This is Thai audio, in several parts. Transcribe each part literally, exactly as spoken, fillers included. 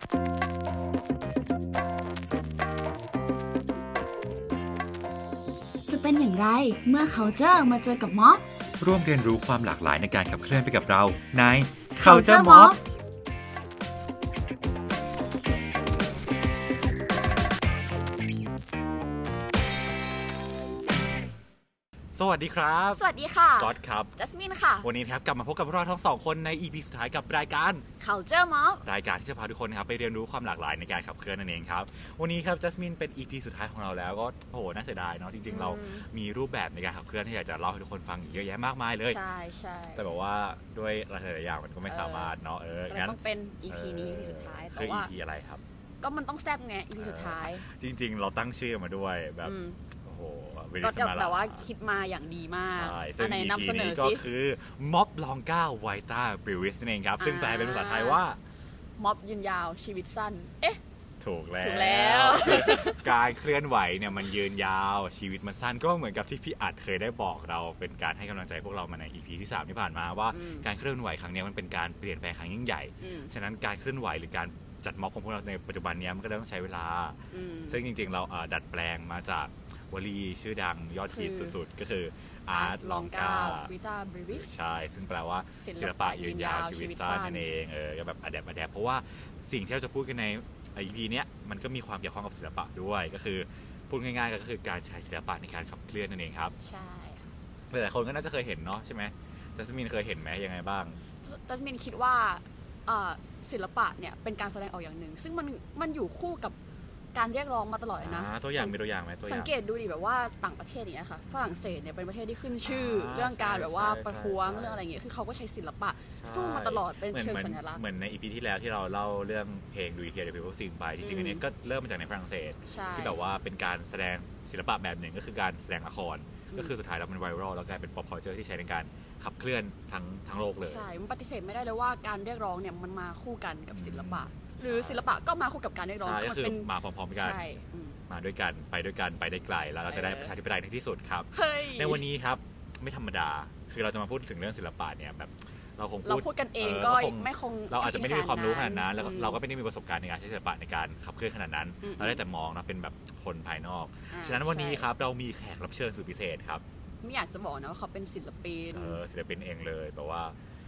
จะเป็นอย่างไรเมื่อ Culture มาเจอกับ Mob ร่วมเรียนรู้ความหลากหลายในการขับเคลื่อนไปกับเราใน Culture Mobสวัสดีครับสวัสดีค่ะก๊อตครับจัสมินค่ะวันนี้ครับกลับมาพบกับเราทั้งสองคนใน อี พี สุดท้ายกับรายการ Culture Mob รายการที่จะพาทุกคนนะครับไปเรียนรู้ความหลากหลายในการขับเคลื่อนนั่นเองครับวันนี้ครับจัสมินเป็น อี พี สุดท้ายของเราแล้วก็โอ้โหน่าเสียดายเนาะจริงๆเรามีรูปแบบในการขับเคลื่อนที่อยากจะเล่าให้ทุกคนฟังอีกเยอะแยะมากมายเลยใช่ใช่แต่แบบว่าด้วยหลายๆอย่างมันก็ไม่สามารถเนาะเอองั้นต้องเป็น อี พี นี้ อี พี สุดท้ายแต่ว่าคือ อี พี อะไรครับก็มันต้องแซ่บไง อี พี สุดท้ายจริงๆเราตั้งชื่อมาด้วยแบบก็แบบว่าคิดมาอย่างดีมากอันไหนนำเสนอก็คือม็อบลองก้าไวต้าบริวิสนั่นเองครับซึ่งแปลเป็นภาษาไทยว่าม็อบยืนยาวชีวิตสั้นเอ๊ะถูกแล้วการเคลื่อนไหวเนี่ยมันยืนยาวชีวิตมันสั้นก็เหมือนกับที่พี่อัดเคยได้บอกเราเป็นการให้กำลังใจพวกเรามาใน อี พี ที่สามที่ผ่านมาว่าการเคลื่อนไหวครั้งนี้มันเป็นการเปลี่ยนแปลงครั้งยิ่งใหญ่ฉะนั้นการเคลื่อนไหวหรือการจัดม็อบของพวกเราในปัจจุบันนี้มันก็ต้องใช้เวลาซึ่งจริงๆเราดัดแปลงมาจากวลีชื่อดังยอดฮิตสุดๆก็คืออาร์ตลองก้าวิต้าบริวิสใช่ซึ่งแปลว่าศิลปะยืนยาวชีวิตสั้นนั่นเองเออก็แบบอะแดปอะแดปเพราะว่าสิ่งที่เราจะพูดกันใน อี พี เนี้ยมันก็มีความเกี่ยวข้องกับศิลปะด้วยก็คือพูดง่ายๆก็คือการใช้ศิลปะในการขับเคลื่อนนั่นเองครับใช่หลายๆคนก็น่าจะเคยเห็นเนาะใช่ไหมจัสมินเคยเห็นไหมยังไงบ้างจัสมินคิดว่าศิลปะเนี่ยเป็นการแสดงออกอย่างหนึ่งซึ่งมันมันอยู่คู่กับการเรียกร้องมาตลอดเลยนะตัวอย่างมีตัวอย่างไหมตัวอย่างสังเกตดูดิแบบว่าต่างประเทศอย่างเงี้ยค่ะฝรั่งเศสเนี่ยเป็นประเทศที่ขึ้นชื่อเรื่องการแบบว่าประท้วงเรื่องอะไรอย่างเงี้ยคือเขาก็ใช้ศิลปะสู้มาตลอดเป็นเชิงสัญลักษณ์เหมือนใน อี พี ที่แล้วที่เราเล่าเรื่องเพลง Do You Hear the People Sing ไปจริงๆอันนี้ก็เริ่มมาจากในฝรั่งเศสที่แบบว่าเป็นการแสดงศิลปะแบบหนึ่งก็คือการแสดงละครก็คือสุดท้ายแล้วมันไวรัลแล้วกลายเป็น pop culture ที่ใช้ในการขับเคลื่อนทั้งทั้งโลกเลยใช่มันปฏิเสธไม่ได้เลยว่าการเรียกร้องเนี่ยมันมาคู่กันกับศิลปะหรือศิลปะก็มาคู่กับการเรียกร้องก็คือมาพร้อมๆกันมาด้วยกันไปด้วยกันไปได้ไกลแล้วเราจะได้ประชาธิปไตยในที่สุดครับในวันนี้ครับไม่ธรรมดาคือเราจะมาพูดถึงเรื่องศิลปะเนี่ยแบบเราคงเราพูดกันเองก็ไม่คงเราอาจจะไม่ได้มีความรู้ขนาดนั้นแล้วเราก็ไม่ได้มีประสบการณ์ในการใช้ศิลปะในการขับเคลื่อนขนาดนั้นเราได้แต่มองนะเป็นแบบคนภายนอกฉะนั้นวันนี้ครับเรามีแขกรับเชิญสุดพิเศษครับไม่อยากจะบอกนะว่าเขาเป็นศิลปินเออศิลปินเองเลยแปลว่า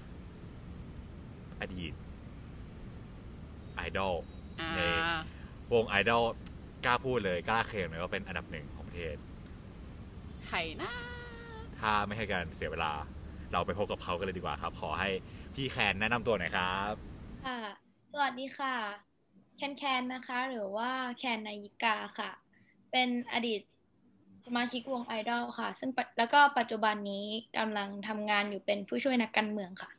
อดีตไอดอลในวงไอดอลกล้าพูดเลยกล้าเคลมเลยว่าเป็นอันดับหนึ่งของประเทศใครนะถ้าไม่ให้การเสียเวลาเราไปพบกับเขากันเลยดีกว่าครับขอให้พี่แคนแนะนำตัวหน่อยครับค่ะสวัสดีค่ะแคนแคนนะคะหรือว่าแคนนายิกาค่ะเป็นอดีตสมาชิกวงไอดอลค่ะซึ่งแล้วก็ปัจจุบันนี้กำลังทำงานอยู่เป็นผู้ช่วยนักการเมืองค่ะ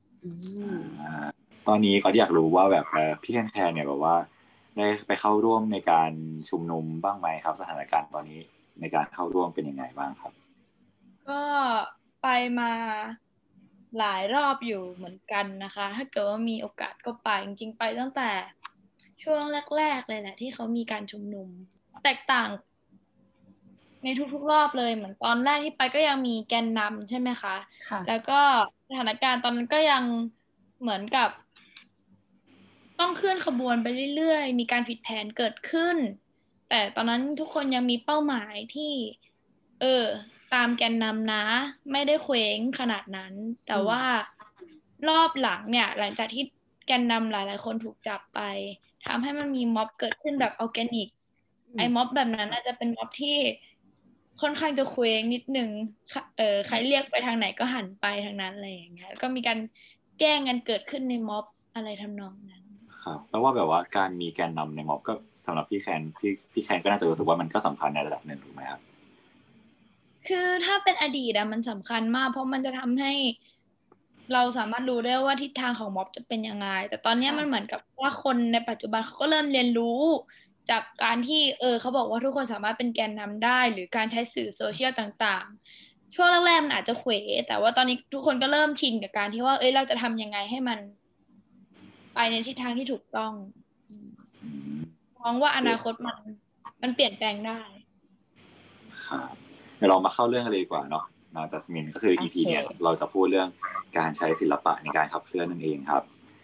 ตอนนี้เขาอยากรู้ว่าแบบพี่แคนแคนเนี่ยแบบว่าได้ไปเข้าร่วมในการชุมนุมบ้างไหมครับสถานการณ์ตอนนี้ในการเข้าร่วมเป็นยังไงบ้างครับก็ไปมาหลายรอบอยู่เหมือนกันนะคะถ้าเกิดว่ามีโอกาสก็ไปจริงๆไปตั้งแต่ช่วงแรกๆเลยแหละที่เขามีการชุมนุมแตกต่างในทุกๆรอบเลยเหมือนตอนแรกที่ไปก็ยังมีแกนนำใช่ไหมคะแล้วก็สถานการณ์ตอนนั้นก็ยังเหมือนกับต้องเคลื่อนขบวนไปเรื่อยๆมีการผิดแผนเกิดขึ้นแต่ตอนนั้นทุกคนยังมีเป้าหมายที่เออตามแกนนำนะไม่ได้เคว้งขนาดนั้นแต่ว่ารอบหลังเนี่ยหลังจากที่แกนนำหลายๆคนถูกจับไปทำให้มันมีม็อบเกิดขึ้นแบบออร์แกนิกไอ้ม็อบแบบนั้นอาจจะเป็นม็อบที่ค่อนข้างจะเคว้งนิดนึงเออใครเรียกไปทางไหนก็หันไปทางนั้นอะไรอย่างเงี้ยก็มีการแกล้งกันเกิดขึ้นในม็อบอะไรทำนองนั้นครับแปลว่าแบบว่าการมีแกนนำในม็อบก็สำหรับพี่แคนพี่พี่แคนก็น่าจะรู้สึกว่ามันก็สำคัญในระดับหนึ่งถูกไหมครับคือถ้าเป็นอดีตอะมันสำคัญมากเพราะมันจะทำให้เราสามารถรู้ได้ว่าทิศทางของม็อบจะเป็นยังไงแต่ตอนนี้มันเหมือนกับว่าคนในปัจจุบันเขาก็เริ่มเรียนรู้จากการที่เออเขาบอกว่าทุกคนสามารถเป็นแกนนำได้หรือการใช้สื่อโซเชียลต่างๆช่วงแรกๆมันอาจจะเขวแต่ว่าตอนนี้ทุกคนก็เริ่มชินกับการที่ว่าเอ้ยเราจะทำยังไงให้มันไปในทิศทางที่ถูกต้องมองว่าอนาคตมันมันเปลี่ยนแปลงได้ครับเดี๋ยวเรามาเข้าเรื่องกันเลยดีกว่าเนาะนาจัสมินก็คือ อี พี เนี่ยเราจะพูดเรื่องการใช้ศิลปะในการขับเคลื่อนนั่นเองครับ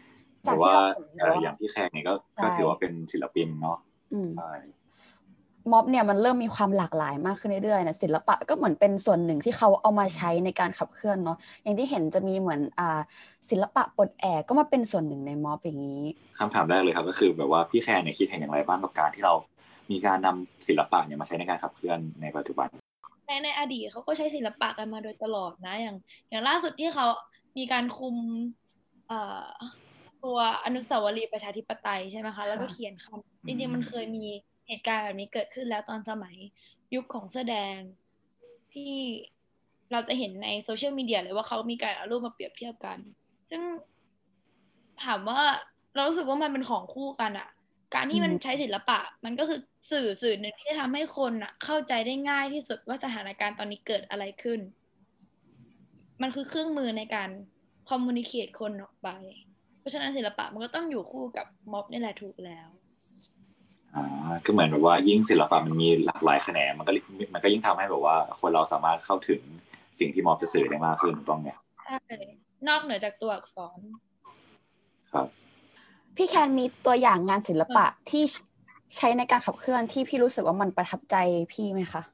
แต่ว่าอย่างพี่แขกเนี่ยก็ก็ถือว่าเป็นศิลปินเนาะใช่ม็อบเนี่ยมันเริ่มมีความหลากหลายมากขึ้นเรื่อยๆนะศิลปะก็เหมือนเป็นส่วนหนึ่งที่เขาเอามาใช้ในการขับเคลื่อนเนาะอย่างที่เห็นจะมีเหมือนอ่าศิลปะปลดแอกก็มาเป็นส่วนหนึ่งในม็อบอย่างนี้คำถามแรกเลยครับก็คือแบบว่าพี่แคร์เนี่ยคิดเห็นอย่างไรบ้างกับการที่เรามีการนำศิลปะเนี่ยมาใช้ในการขับเคลื่อนในปัจจุบันในในอดีตเขาก็ใช้ศิลปะกันมาโดยตลอดนะอย่างอย่างล่าสุดที่เขามีการคุมเอ่อตัวอนุสาวรีย์ประชาธิปไตยใช่ไหมคะแล้วก็เขียนคำจริงๆมันเคยมีเหตุการณ์แบบนี้เกิดขึ้นแล้วตอนสมัยยุคของเสื้อแดงที่เราจะเห็นในโซเชียลมีเดียเลยว่าเขามีการเอารูปมาเปรียบเทียบกันซึ่งถามว่าเรารู้สึกว่ามันเป็นของคู่กันอะการที่มันใช้ศิลปะมันก็คือสื่อสื่อหนึ่งที่จะทำให้คนอะเข้าใจได้ง่ายที่สุดว่าสถานการณ์ตอนนี้เกิดอะไรขึ้นมันคือเครื่องมือในการคอมมูนิเคตคนออกไปเพราะฉะนั้นศิลปะมันก็ต้องอยู่คู่กับม็อบนี่แหละถูกแล้วอ่าก็เหมือนแบบว่ายิ่งศิลปะมันมีหลากหลายแขนงมันก็มันก็ยิ่งทำให้แบบว่าคนเราสามารถเข้าถึงสิ่งที่ม็อบจะสื่อได้มากขึ้นถูกต้องไหมใช่นอกเหนือจากตัวอักษรครับพี่แคนมีตัวอย่างงานศิลปะที่ใช้ในการขับเคลื่อนที่พี่รู้สึกว่ามันประทับใจพี่ไหมคะ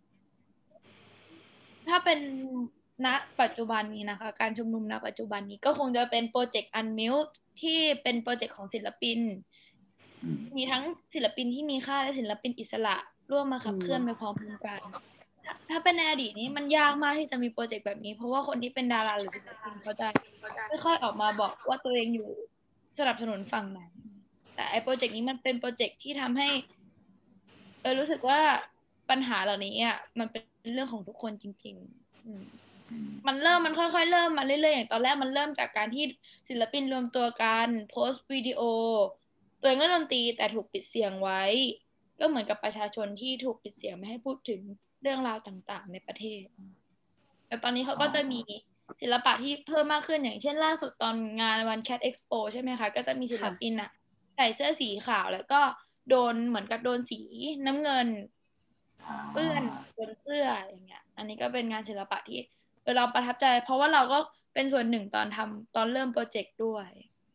ถ้าเป็นณปัจจุบันนี้นะคะการชุมนุมณปัจจุบันนี้ก็คงจะเป็นโปรเจกต์ Unmute ที่เป็นโปรเจกต์ของศิลปินมีทั้งศิลปินที่มีค่าและศิลปินอิสระร่วมมาขับเคลื่อนไปพร้อมกันถ้าเป็นในอดีตนี้มันยากมากที่จะมีโปรเจกต์แบบนี้เพราะว่าคนที่เป็นดาราหรือศิลปินเขาจะไม่ค่อยออกมาบอกว่าตัวเองอยู่สนับสนุนฝั่งไหนแต่ไอ้โปรเจกต์นี้มันเป็นโปรเจกต์ที่ทำให้เออรู้สึกว่าปัญหาเหล่านี้อ่ะมันเป็นเรื่องของทุกคนจริงๆมันเริ่มมันค่อยๆเริ่มมาเรื่อยๆอย่างตอนแรกมันเริ่มจากการที่ศิลปินรวมตัวกันโพสต์วิดีโอตัวเองเล่นดนตรีแต่ถูกปิดเสียงไว้ก็เหมือนกับประชาชนที่ถูกปิดเสียงไม่ให้พูดถึงเรื่องราวต่างๆในประเทศแต่ตอนนี้เขาก็จะมีศิลปะที่เพิ่มมากขึ้นอย่างเช่นล่าสุดตอนงานวัน Cat Expo ใช่ไหมคะก็จะมีศิลปินอ่ะใส่เสื้อสีขาวแล้วก็โดนเหมือนกับโดนสีน้ำเงินเปื้อนบนเสื้ออย่างเงี้ยอันนี้ก็เป็นงานศิลปะที่เราประทับใจเพราะว่าเราก็เป็นส่วนหนึ่งตอนทำตอนเริ่มโปรเจกต์ด้วย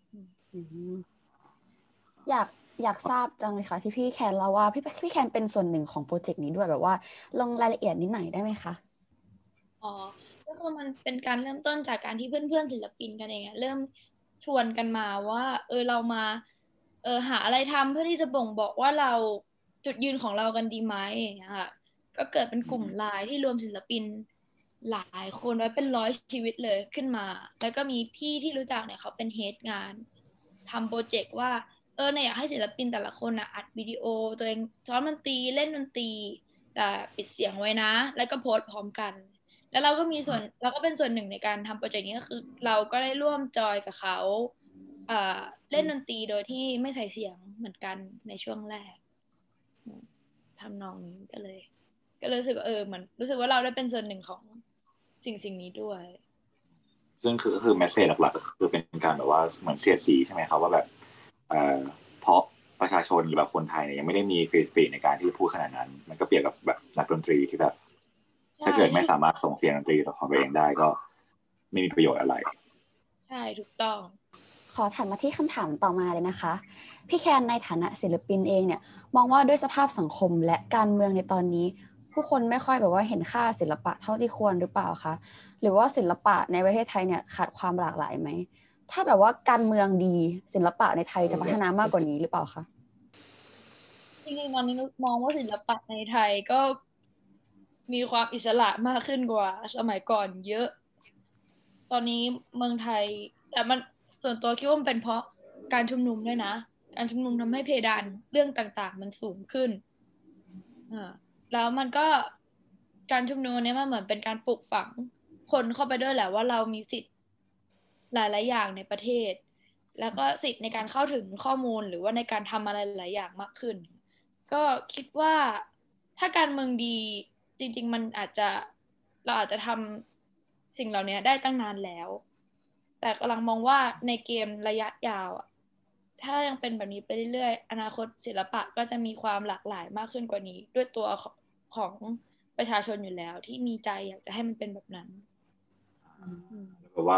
อยากอยากทราบจังเลยค่ะที่พี่แคนเล่าว่าพี่พี่แคนเป็นส่วนหนึ่งของโปรเจกต์นี้ด้วยแบบว่าลงรายละเอียดนิดหน่อยได้ไหมคะอ๋อก็คือมันเป็นการเริ่มต้นจากการที่เพื่อนๆศิลปินกันเองเริ่มชวนกันมาว่าเออเรามาเออหาอะไรทำเพื่อที่จะบ่งบอกว่าเราจุดยืนของเรากันดีไหมอย่างเงี้ยค่ะก็เกิดเป็นกลุ่มไลน์ที่รวมศิลปินหลายคนไว้เป็นร้อยชีวิตเลยขึ้นมาแล้วก็มีพี่ที่รู้จักเนี่ยเขาเป็นเฮดงานทำโปรเจกต์ว่าเออเนี่ยอยากให้ศิลปินแต่ละคนนะอัดวิดีโอตัวเองซ้อมดนตรีเล่นดนตรีแต่ปิดเสียงไว้นะแล้วก็โพสต์พร้อมกันแล้วเราก็มีส่วนเราก็เป็นส่วนหนึ่งในการทำโปรเจกต์นี้ก็คือเราก็ได้ร่วมจอยกับเขาเอ่อเล่นดนตรีโดยที่ไม่ใส่เสียงเหมือนกันในช่วงแรกทำนองนี้ก็เลยก็เลยรู้สึกเออเหมือนรู้สึกว่าเราได้เป็นส่วนหนึ่งของสิ่งสิ่งนี้ด้วยซึ่งคือคือแมสเสจหลักๆก็คือเป็นการแบบว่าเหมือนเสียดสีใช่ไหมครับว่าแบบเอ่อเพราะประชาชนหรือแบบคนไทยเนี่ยยังไม่ได้มีฟรีสปีชในการที่พูดขนาดนั้นมันก็เปรียบกับแบบนักดนตรีที่แบบถ้าเกิดไม่สามารถส่งเสียงดนตรีของตัวเองได้ก็ไม่มีประโยชน์อะไรใช่ถูกต้องขอถัดมาที่คำถามต่อมาเลยนะคะพี่แคนในฐานะศิลปินเองเนี่ยมองว่าด้วยสภาพสังคมและการเมืองในตอนนี้ผู้คนไม่ค่อยแบบว่าเห็นค่าศิลปะเท่าที่ควรหรือเปล่าคะหรือว่าศิลปะในประเทศไทยเนี่ยขาดความหลากหลายไหมถ้าแบบว่าการเมืองดีศิลปะในไทยจะพัฒนามากกว่านี้หรือเปล่าคะจริงๆตอนนี้มองว่าศิลปะในไทยก็มีความอิสระมากขึ้นกว่าสมัยก่อนเยอะตอนนี้เมืองไทยแต่มันส่วนตัวคิดว่ามันเป็นเพราะการชุมนุมด้วยนะการชุมนุมทำให้เพดานเรื่องต่างๆมันสูงขึ้นอ่าแล้วมันก็การชุมนุมนี้มันเหมือนเป็นการปลูกฝังคนเข้าไปด้วยแหละว่าเรามีสิทธิ์หลายๆอย่างในประเทศแล้วก็สิทธิ์ในการเข้าถึงข้อมูลหรือว่าในการทำอะไรหลายอย่างมากขึ้นก็คิดว่าถ้าการเมืองดีจริงๆมันอาจจะเราอาจจะทำสิ่งเหล่านี้ได้ตั้งนานแล้วแต่กำลังมองว่าในเกมระยะยาวถ้ายังเป็นแบบนี้ไปเรื่อยๆอนาคตศิลปะก็จะมีความหลากหลายมากขึ้นกว่านี้ด้วยตัวของประชาชนอยู่แล้วที่มีใจอยากจะให้มันเป็นแบบนั้นเพราะว่า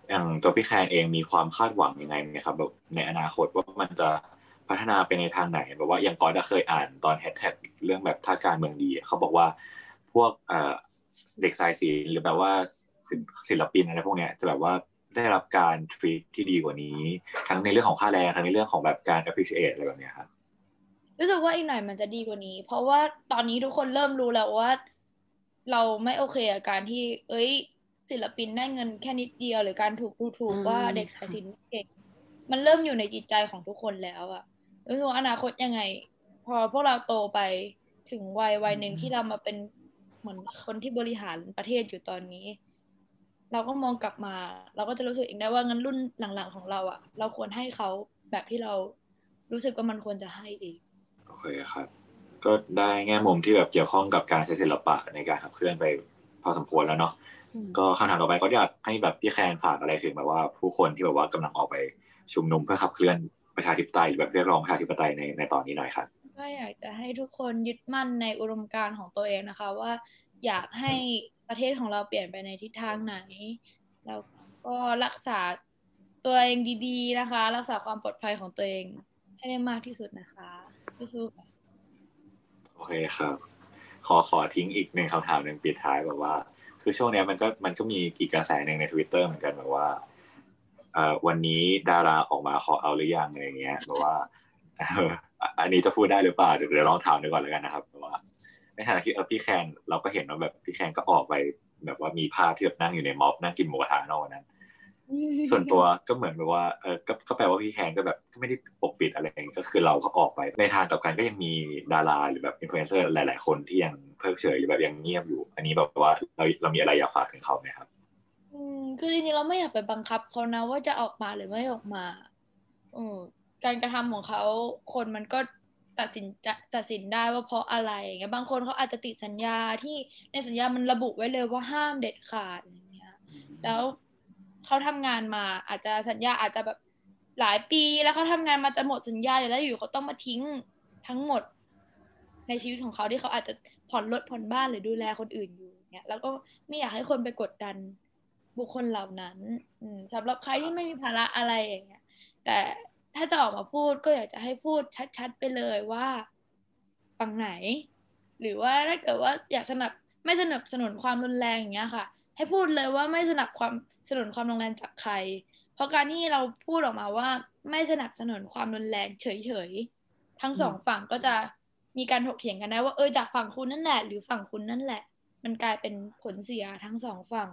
อย่างตัวพี่แคนเองมีความคาดหวังยังไงไหมครับแบบในอนาคตว่ามันจะพัฒนาไปในทางไหนแบบว่าอย่างก่อนเคยอ่านตอนแฮชแท็กเรื่องแบบท่าการเมืองดีเขาบอกว่าพวกเด็กสายศิลป์หรือแบบว่าศิลปินอะไรพวกเนี้ยจะแบบว่าได้รับการทรีตที่ดีกว่านี้ทั้งในเรื่องของค่าแรงทั้งในเรื่องของแบบการ appreciate อะไรแบบเนี้ยครับรู้สึกว่าอีกหน่อยมันจะดีกว่านี้เพราะว่าตอนนี้ทุกคนเริ่มรู้แล้วว่าเราไม่โอเคกับการที่เอ้ยศิลปินได้เงินแค่นิดเดียวหรือการถูกดูถูกว่าเด็กสายศิลป์เก่งมันเริ่มอยู่ในจิตใจของทุกคนแล้วอะรู้สึกว่าอนาคตยังไงพอพวกเราโตไปถึงวัยวัยหนึ่งที่เรามาเป็นเหมือนคนที่บริหารประเทศอยู่ตอนนี้เราก็มองกลับมาเราก็จะรู้สึกเองได้ว่างั้นรุ่นหลังๆของเราอะเราควรให้เขาแบบที่เรารู้สึกว่ามันควรจะให้ดีโอเคครับก็ได้แง่มุมที่แบบเกี่ยวข้องกับการใช้ศิลปะในการขับเคลื่อนไปพอสมควรแล้วเนาะก็คำถามต่อไปก็อยากให้แบบพี่แคนฝากอะไรถึงแบบว่าผู้คนที่แบบว่ากำลังออกไปชุมนุมเพื่อขับเคลื่อนประชาธิปไตยหรือแบบเรียกร้องประชาธิปไตยในในตอนนี้หน่อยครับก็อยากจะให้ทุกคนยึดมั่นในอุดมการณ์ของตัวเองนะคะว่าอยากให้ประเทศของเราเปลี่ยนไปในทิศทางไหนแล้วก็รักษาตัวเองดีๆนะคะรักษาความปลอดภัยของตัวเองให้ได้มากที่สุดนะคะสู้ๆค่ะโอเคครับขอขอทิ้งอีกหนึ่งคำถามหนึ่งปิดท้ายแบบว่าคือช่วงนี้มันก็มันก็มีอีกกระแสหนึ่งใน Twitter เหมือนกันแบบว่าเอ่อวันนี้ดาราออกมาขอเอาหรือยังอะไรเงี้ยแบบว่าอันนี้จะพูดได้หรือเปล่าเดี๋ยวเดี๋ยวลองถามดูก่อนแล้วกันนะครับแบบว่าในฐานะที่เออพี่แคนเราก็เห็นว่าแบบพี่แคนก็ออกไปแบบว่ามีภาพที่แบบนั่งอยู่ในม็อบนั่งกินหมูกระทะนอกนั้นส่วนตัวก็เหมือนแบบว่าเออก็ก็แปลว่าพี่แคนก็แบบก็ไม่ได้ปกปิดอะไรอย่างนี้ก็คือเราก็ออกไปในทางกลับกันก็ยังมีดาราหรือแบบอินฟลูเอนเซอร์หลายๆคนที่ยังเพิกเฉยหรือแบบยังเงียบอยู่อันนี้แบบว่าเราเรามีอะไรอยากฝากถึงเขาไหมครับอืมคือจริงๆเราไม่อยากไปบังคับเขานะว่าจะออกมาหรือไม่ออกมาอืมการกระทำของเขาคนมันก็ตัดสินจะตัดสินได้ว่าเพราะอะไรอย่างเงี้ยบางคนเขาอาจจะติดสัญญาที่ในสัญญามันระบุไว้เลยว่าห้ามเด็ดขาดอย่างเงี้ยแล้วเขาทำงานมาอาจจะสัญญาอาจจะแบบหลายปีแล้วเขาทำงานมาจะหมดสัญญาอยู่แล้วอยู่เขาต้องมาทิ้งทั้งหมดในชีวิตของเขาที่เขาอาจจะผ่อนรถผ่อนบ้านหรือดูแลคนอื่นอยู่เงี้ยแล้วก็ไม่อยากให้คนไปกดดันบุคคลเหล่านั้นสำหรับใครที่ไม่มีภาระอะไรอย่างเงี้ยแต่ถ้าจะออกมาพูดก็อยากจะให้พูดชัดๆไปเลยว่าฝั่งไหนหรือว่าถ้าเกิดว่าอยากสนับไม่สนับสนุนความรุนแรงอย่างเงี้ยค่ะให้พูดเลยว่าไม่สนับความสนุนความรุนแรงจากใครเพราะการที่เราพูดออกมาว่าไม่สนับสนุนความรุนแรงเฉยๆทั้งสองฝั่งก็จะมีการถกเถียงกันได้ว่าเออจากฝั่งคุณนั่นแหละหรือฝั่งคุณนั่นแหละมันกลายเป็นผลเสียทั้งสองฝั่ง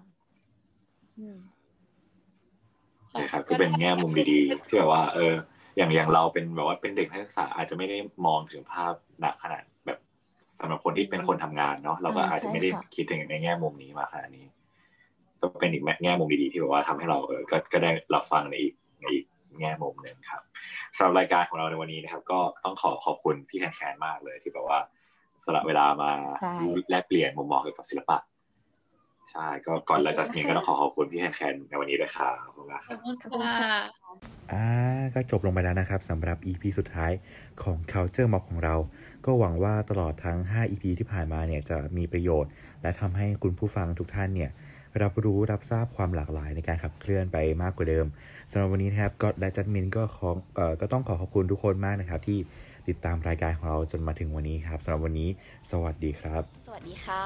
ใช่ครับก็เป็นแง่มุมดีๆที่แบบว่าเอออย่างอย่างเราเป็นแบบว่าเป็นเด็กนักศึกษาอาจจะไม่ได้มองถึงภาพหนักขนาดแบบสำหรับคนที่เป็นคนทำงานเนาะเราก็อาจจะไม่ได้คิดถึงในแง่มุมนี้มาขนาดนี้ก็เป็นอีกแง่มุมดีๆที่แบบว่าทำให้เราเออก็ก็ได้รับฟังในอีกในอีกแง่มุมหนึ่งครับสำหรับรายการของเราในวันนี้นะครับก็ต้องขอขอบคุณพี่แคนแคนมากเลยที่แบบว่าสละเวลามาแลกเปลี่ยนมุมมองเกี่ยวกับศิลปะใช่ก็ก่อนเราจะมีก็ต้องขอขอบคุณพี่แคนแคนในวันนี้ด้วยครับขอบคุณครับอ่าก็จบลงไปแล้วนะครับสำหรับ อี พี สุดท้ายของ Culture Mob ของเราก็หวังว่าตลอดทั้งห้า อี พี ที่ผ่านมาเนี่ยจะมีประโยชน์และทำให้คุณผู้ฟังทุกท่านเนี่ยรับรู้รับทราบความหลากหลายในการขับเคลื่อนไปมากกว่าเดิมสำหรับวันนี้นะครับก็และจัดมินก็ขอเอ่อก็ต้องขอขอบคุณทุกคนมากนะครับที่ติดตามรายการของเราจนมาถึงวันนี้ครับสำหรับวันนี้สวัสดีครับสวัสดีค่ะ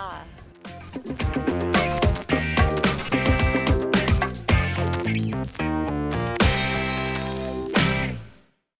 Thank you.